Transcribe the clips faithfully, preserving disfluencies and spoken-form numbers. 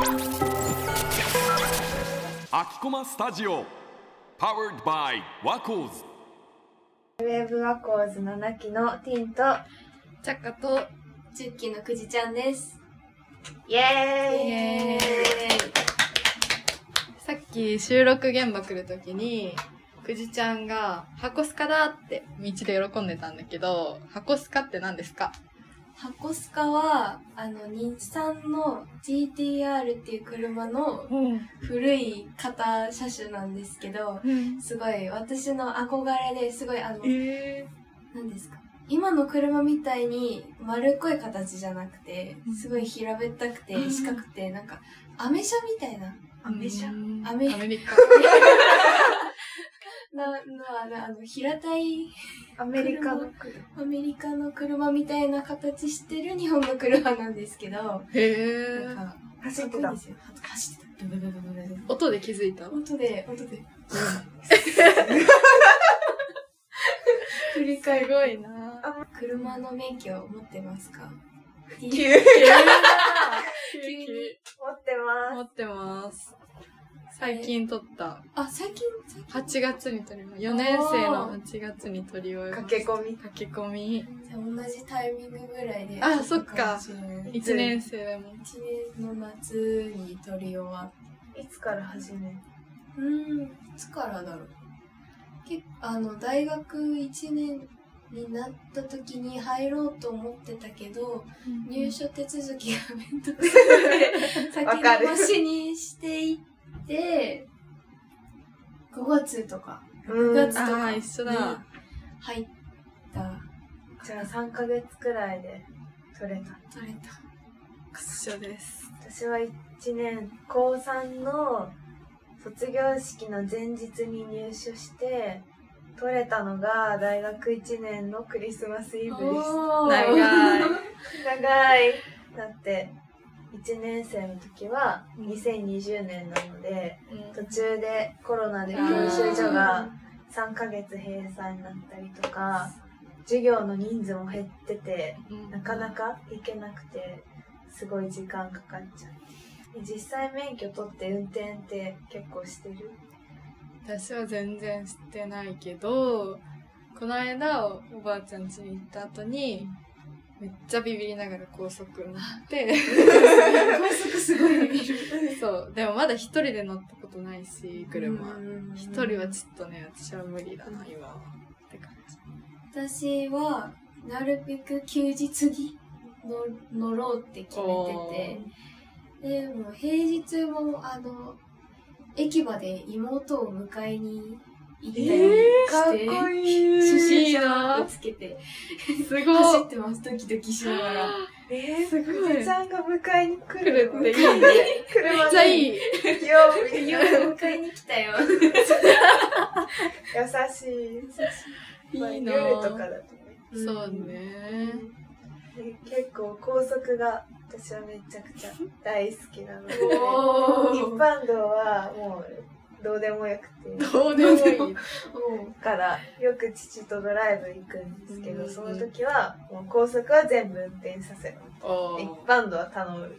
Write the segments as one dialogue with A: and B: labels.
A: アキコマスタジオ Powered by ワコーズ。
B: ウェーブワコーズななきのティンと
C: チャッカと
D: チュッキーのくじちゃんです。
B: イエーイ
C: イエーイ。さっき収録現場来るときにくじちゃんが箱スカだって道で喜んでたんだけど、箱スカって何ですか？
D: 箱スカはあの日産の ジーティーアール っていう車の古い型車種なんですけど、うん、すごい私の憧れですごいあの、えー、何ですか、今の車みたいに丸っこい形じゃなくて、すごい平べったくて四角くて、なんかアメ車みたいな、
B: アメ車、ア
C: メアメリカ
D: なのはあの平たい
B: アメリカの
D: アメリカの車みたいな形してる日本の車なんですけど、
C: へー、
D: なんか
B: 走ってた
D: 走ってたブブブブブブ
C: 音で気づいた？
D: 音で音で振り返
C: すごいな。
D: 車の免許を持ってますか？
B: 急に急に
D: 持
B: ってます
C: 持ってます。最近取った。
D: あ、最近最近
C: はちがつに取ります。よねん生のはちがつに取り終えます。
B: 駆け込み
C: 駆け込み。
D: じゃあ同じタイミングぐらいで。
C: あ、そっか。いちねん生でも。
D: いちねんの夏に取り終わっ
B: いつから始める？
D: うーん、いつからだろう。結構、あの、大学いちねんになった時に入ろうと思ってたけど、うん、入所手続きがめんどくさくて、先延ばしにしていって、で、ごがつとか、ろくがつとかに入った。
B: じゃあさんかげつくらいで取れた。
D: 取れた。
C: 一緒です。
B: 私はいちねん、こうさんの卒業式の前日に入所して、取れたのが大学いちねんのクリスマスイブでした。
C: 長い。
B: 長い。だって、いちねん生の時はにせんにじゅうねんなので、うん、途中でコロナで教習所がさんかげつ閉鎖になったりとか、授業の人数も減ってて、うん、なかなか行けなくて、すごい時間かかっちゃって。実際免許取って運転って結構してる？
C: 私は全然してないけど、この間おばあちゃん家に行った後に、めっちゃビビりながら高速乗って
D: 高速すごいビビる。
C: そう。でもまだ一人で乗ったことないし、車。一人はちょっとね、私は無理だな、今は。って感じ。
D: 私は、なるべく休日に乗ろうって決めてて、でも平日も、あの、駅まで妹を迎えに行ったりして、
B: えー、かっこいい。
D: 初心者をつけて、
C: すごい。
D: 走ってます、ドキドキしながら。
B: えー、すごい。じちゃんが迎えに来る
C: っていいね。
B: 車
C: めっちゃいい。
B: よ
D: ー、よー迎えに来たよ。
B: 優しい。優しい。
C: いいな
B: 夜とかだとね。
C: そうね。
B: 結構高速が私はめちゃくちゃ大好きなので、一般道はもうどうでもよくて、
C: どうでもいい
B: からよく父とドライブ行くんですけど、その時はもう高速は全部運転させる。一般道は頼む。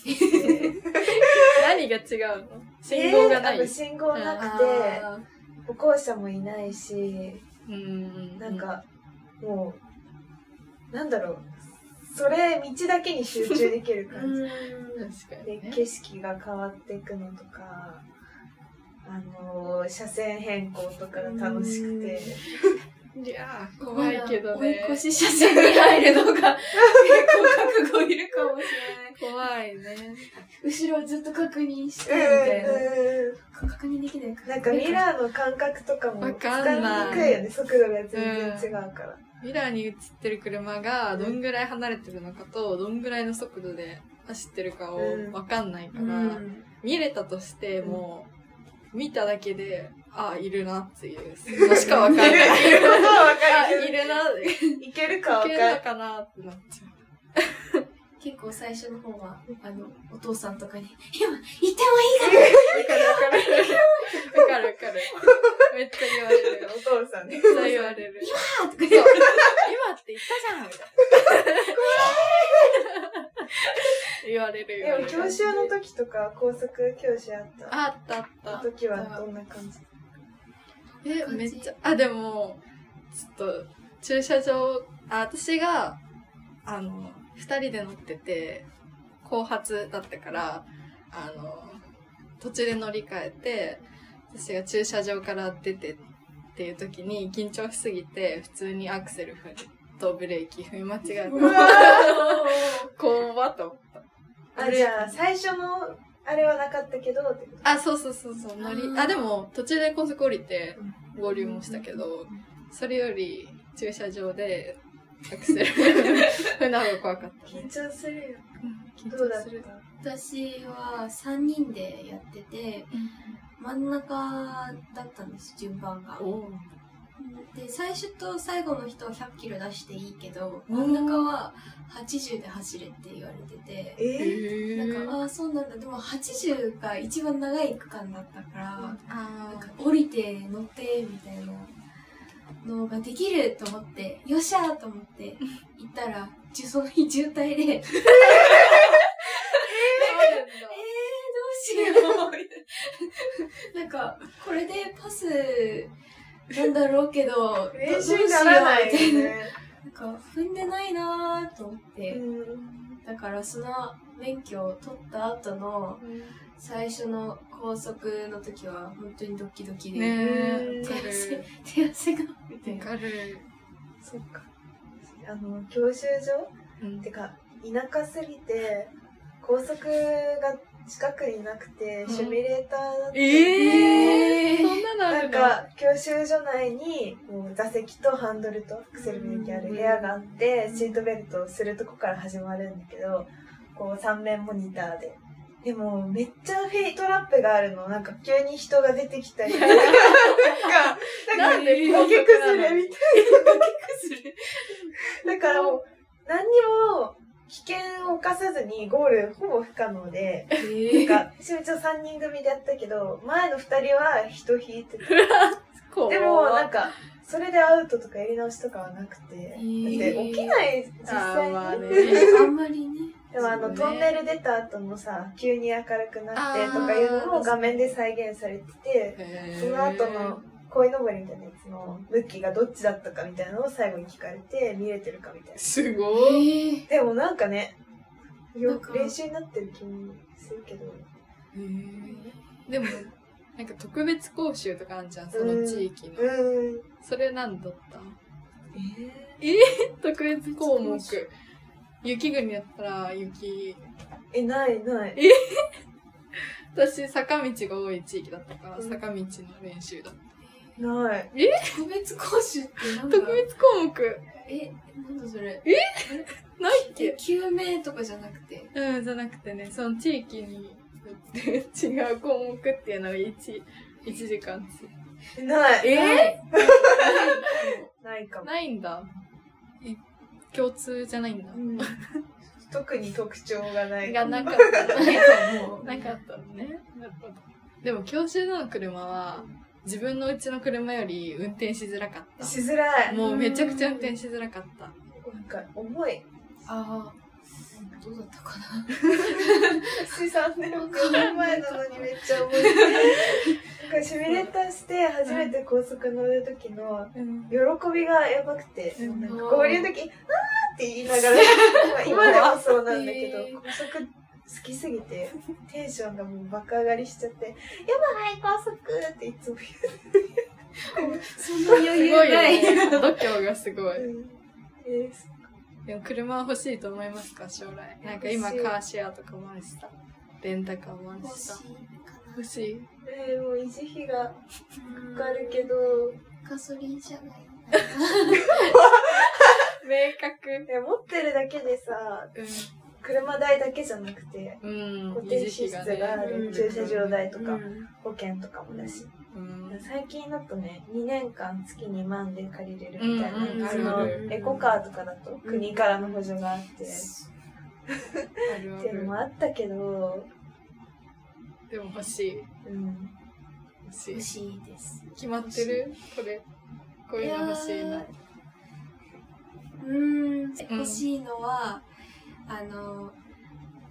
C: 何が違うの？信号がない。
B: えー、信号なくて歩行者もいないし、
C: うん
B: なんかもうなんだろう。それ道だけに集中できる感じ。
C: 確かに、ね、
B: で景色が変わっていくのとか、あのー、車線変更とかが楽しくて。
C: いやー怖いけどね。
D: 追い越し車線に入るのが結構覚悟いるかもしれない。
C: 怖いね。
D: 後ろをずっと確認してみたいな。確認できないか
B: なんかミラーの感覚とかも
C: わかんない。
B: つかみにくいよね。速度が全然違うから。
C: ミラーに映ってる車がどんぐらい離れてるのかと、どんぐらいの速度で走ってるかを分かんないから、うん、見れたとしても、うん、見ただけで、あ、いるなっていうのしか分かんない。
B: いることは分か
C: る。いるな。
B: いけるか分かんない。
C: いけるのかなってなっちゃう。
D: 結構最初の方は、あの、お父さんとかに、今、行ってもいいかな。
C: わかるわかる。わかるわかる。めっちゃ言われるよ。
B: お父さんね。
C: めっちゃ言われる。
D: 今とか
C: 言って。今って言ったじゃんみたいな。言わわれる
B: で
C: よ。
B: も教習の時とか高速教師あった
C: あったあった。
B: 時はどんな感じ？
C: え、めっちゃ、あ、でも、ちょっと、駐車場、あ、私が、あの、二人で乗ってて、後発だったから、あの、途中で乗り換えて、私が駐車場から出てっていう時に緊張しすぎて、普通にアクセル踏むとブレーキ踏み間違え
B: うわ
C: た。怖っと思った。
B: あ、じゃあ最初のあれはなかったけどってこと？
C: あ、そうそうそうそう、乗り、あ、でも途中で高速降りて合流もしたけど、それより駐車場でアクセル踏んだ方が怖かった、
B: 緊張するよ。
C: 緊
B: どうだっ
C: 張する。
B: た？
D: 私はさんにんでやってて、真ん中だったんです、順番が。
C: お
D: で、最初と最後の人はひゃっキロ出していいけど、真ん中ははちじゅうで走れって言われてて、
B: えー、
D: なんか、ああ、そうなんだ。でもはちじゅうが一番長い区間だったから、
C: あ
D: なんか降りて乗ってみたいなのができると思って、よっしゃーと思って行ったら、その日渋滞で、えー、どうしよう。なんか、これでパスなんだろうけど、
B: 練習にならない
D: どうしようみたいな。
B: ね。
D: なんか、踏んでないなーと思って、
B: うん
D: だからその免許を取った後の最初の高速の時は本当にドキドキで、
C: ねえ、
D: 手
C: わか
D: 汗
C: る。
D: 手汗がみたいな。
C: わかる。
B: そっか。あの教習所
C: うん
B: てか田舎すぎて高速が近くになくて、シミュレーターだったんで、
C: えー、そんなのあ
B: なん
C: るの？
B: か教習所内にもう座席とハンドルとアクセルブレーキある部屋があって、シートベルトをするとこから始まるんだけど、こうさん面モニターで。でもめっちゃフェイトラップがあるの。なんか急に人が出てきたり。なんか、なんで崖崩れみたいな。だからもう何にも危険を犯さずにゴールほぼ不可能で、
C: えー、
B: なんか、私も一応さんにん組でやったけど、前のふたりは人引いてた。でも、なんか、それでアウトとかやり直しとかはなくて、だって起きない、実際に。
C: あーまあね
D: あんまりね。
B: でもあの、
C: そうね
B: トンネル出た後もさ、急に明るくなってとかいうのも画面で再現されてて、
C: へー
B: その後の鯉のぼりみたいなやつの向きがどっちだったかみたいなのを最後に聞かれて、見れてるかみたいな。
C: すごい。
D: え
B: でもなんかね、よ
D: なんか
B: 練習になってる気もするけど。
C: へーでも、なんか特別講習とかあんじゃん、その地域の。
B: うん。
C: それなんだった
B: え
C: え特別項目。雪国だったら雪。
B: え、ないない。
C: 私、坂道が多い地域だったから、
B: うん
C: 坂道の練習だった。
B: ない。
D: 特別講習ってなんだ
C: 特別項目
D: え、なんだそれ。
C: ないっけ？
D: 救命とかじゃなくて。
C: うん、じゃなくてね、その地域によって違う項目っていうのが 1, 1時間つ
B: ない。
C: え
B: ないかも。
C: ないんだ。え共通じゃないんだ。
B: うん特に特徴がないかも。
C: がなかったのね。
D: もう
C: なかったのね。なるほど。でも教習所の車は、自分のうちの車より運転しづらかった。
B: しづらい。
C: もうめちゃくちゃ運転しづらかった。
B: なんか、重い。
D: ああ、どうだったかな。
B: 私さんねんまえなのにめっちゃ重い。なんかシミュレーターして初めて高速乗る時の
C: うん。
B: 喜びがやばくて、
C: うん
B: なんか合流の時、あーって言いながら、まあ今でもそうなんだけど、
D: へー
B: 高速好きすぎて、テンションがもう爆上がりしちゃって、やばい高速っていつも
D: そんな余
C: すごい
D: 裕ない。
C: よね。度胸がすごい。
B: 言う。えー、
C: でも車は欲しいと思いますか、将来。なんか今カーシェアとかもあるしさ。レンタカーもあるしさ。
D: 欲しいかな。
C: 欲しい。
B: えー、もう維持費がかかるけど、
D: ガソリン車がいい。
C: 明確。
B: え持ってるだけでさ、
C: う
B: 車代だけじゃなくて、
C: ん。うん。
B: 固定支出がある、
D: うん
B: 駐車場代とか、
D: うん
B: 保険とかもだし、
C: うん。
B: 最近だとね、にねんかん月にまんで借りれるみたいな、
C: うんうん
B: その
C: あるある
B: エコカーとかだと国からの補助があって、
C: あるあ
B: っていうのも
C: る。
B: あったけど、
C: でも欲しい。
B: うん、
C: 欲しい
D: 欲。しいです。
C: 決まってるこれ。こういうの欲しいな。
D: うーん、欲しいのは、あの、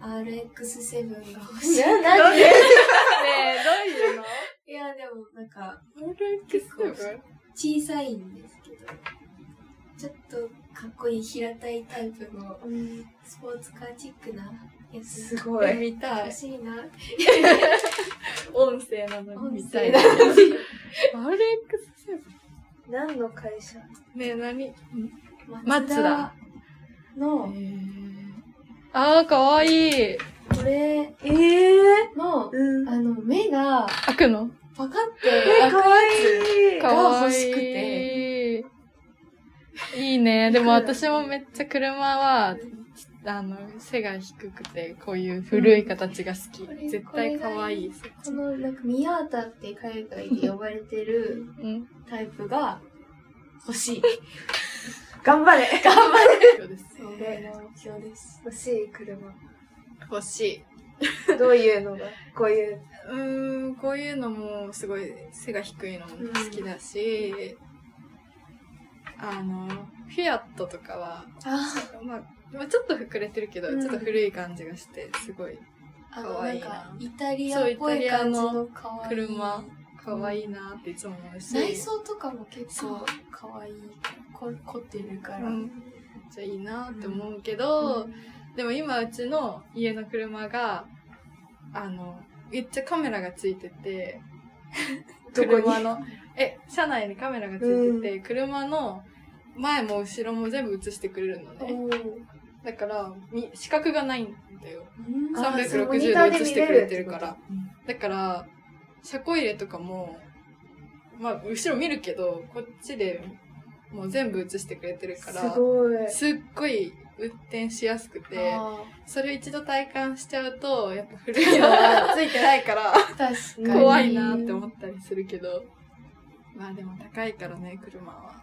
D: アールエックスセブン が欲しい。
B: な、なに
C: ねえ、どういうの？
D: いや、でもなんか、
C: アールエックスセブン？
D: 小さいんですけど、ちょっとかっこいい平たいタイプのスポーツカーチックなやつ。
B: すごい。
C: 見たい
D: 欲。しいな。
C: 音声なのに見たい。
D: 音声なのに
C: アールエックスセブン？
B: 何の会社？
C: ねえ、何？
D: マツダの、
C: あー、かわいい。
D: これ
B: ええ
D: の、
B: うん。
D: あの、目が
C: 開くの？
D: パカって
B: え、
D: 開く
B: かわいい。
D: かわ欲しく
C: て。いいね。でも私もめっちゃ車は、あの、背が低くて、こういう古い形が好き。
D: うん
C: 絶対かわいい。
D: この、なんか、ミヤータって海外で呼ばれてる
C: うん。
D: タイプが欲しい。
B: 頑張れ。
D: 頑張れ
C: そうです。
D: それの目標です。
B: 欲しい車。
C: 欲しい。
B: どういうのがこういう。
C: うーん、こういうのもすごい背が低いのも好きだし、あの、フィアットとかは、
D: あ
C: まあ、まあ、ちょっと膨れてるけど、
D: うん
C: ちょっと古い感じがして、すごい
D: あの、
C: かわいな
D: ないんか、イタリアっぽい感じの可愛い
C: 車、かわいいなっていつも思うし。
D: 内装とかも結構可愛いこ凝ってるから。
C: うん。めっちゃいいなって思うけど、でも今うちの家の車が、あの、めっちゃカメラがついてて、
B: どこに
C: 車の、え、車内にカメラがついてて、車の前も後ろも全部映してくれるのね。
D: おー
C: だから、み視覚がないんだよ。
D: うん
C: さんびゃくろくじゅうど映してくれてるから。だから、車庫入れとかも、まあ、後ろ見るけど、こっちでもう全部映してくれてるか
B: す
C: ら、
B: ごい。
C: すっごい運転しやすくて、
D: あ
C: それを一度体感しちゃうと、やっぱ古いのがついてないから、
D: ー確かに。
C: 怖いなって思ったりするけど、まあでも高いからね、車は。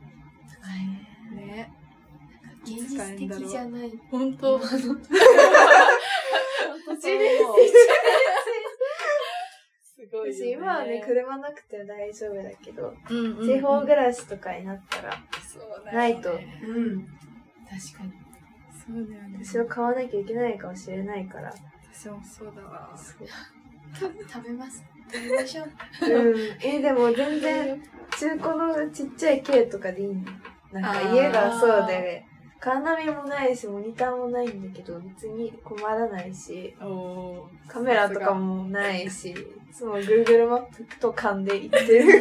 C: ね。
D: 現実的じゃない。
C: 本当
D: 今の
C: 本当そう思うすごいよね。
B: 私今はね、車なくて大丈夫だけど、
C: うんうんうん
B: 地方暮らしとかになったら、
C: そうだよね
B: ないと
D: うん。確かに。
C: そうだよね。
B: 私は買わなきゃいけないかもしれないから。
C: 私もそうだわ。
B: そう
D: 食べます。食べましょう。
B: うん。え、でも全然、中古のちっちゃい軽とかでいいの。なんか家がそうで、カーナビもないし、モニターもないんだけど、別に困らないし、
C: おー。
B: カメラとかもないし、いつも Google マップと勘で行ってる。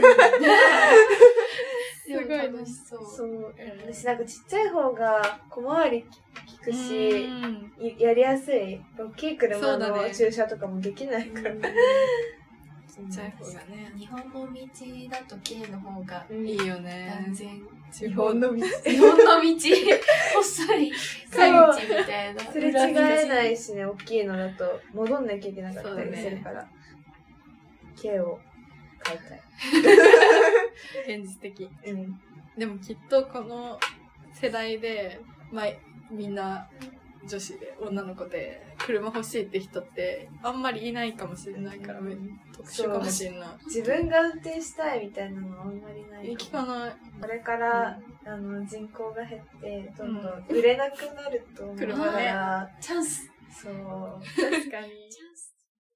D: すごい楽しそう。
B: そう。私なんかちっちゃい方が小回り効くし、
C: うん
B: いやりやすい。大きい車の
C: そうだね
B: 駐車とかもできないから。
C: ちっちゃい方がね。
D: 日本の道だと軽の方が
B: うん
C: いいよね。
D: 断然。
C: 日
B: 日本の道。
D: 日本の道、細い帰り道みたいな。
B: すれ違えないしね、大きいのだと戻んなきゃいけなかったりするから。軽を買いたい。
C: 現実的。
B: うん。
C: でもきっとこの世代で、まあ、みんな女子で女の子で車欲しいって人ってあんまりいないかもしれないから、め特殊かもしれない。
B: 自分が運転したいみたいなのはあんまりない
C: 聞
B: かも。
C: かない。
B: これから、あの人口が減ってどんどん売れなくなると思うから、
C: 車ね
D: チャンス。
B: そう。
C: 確かに。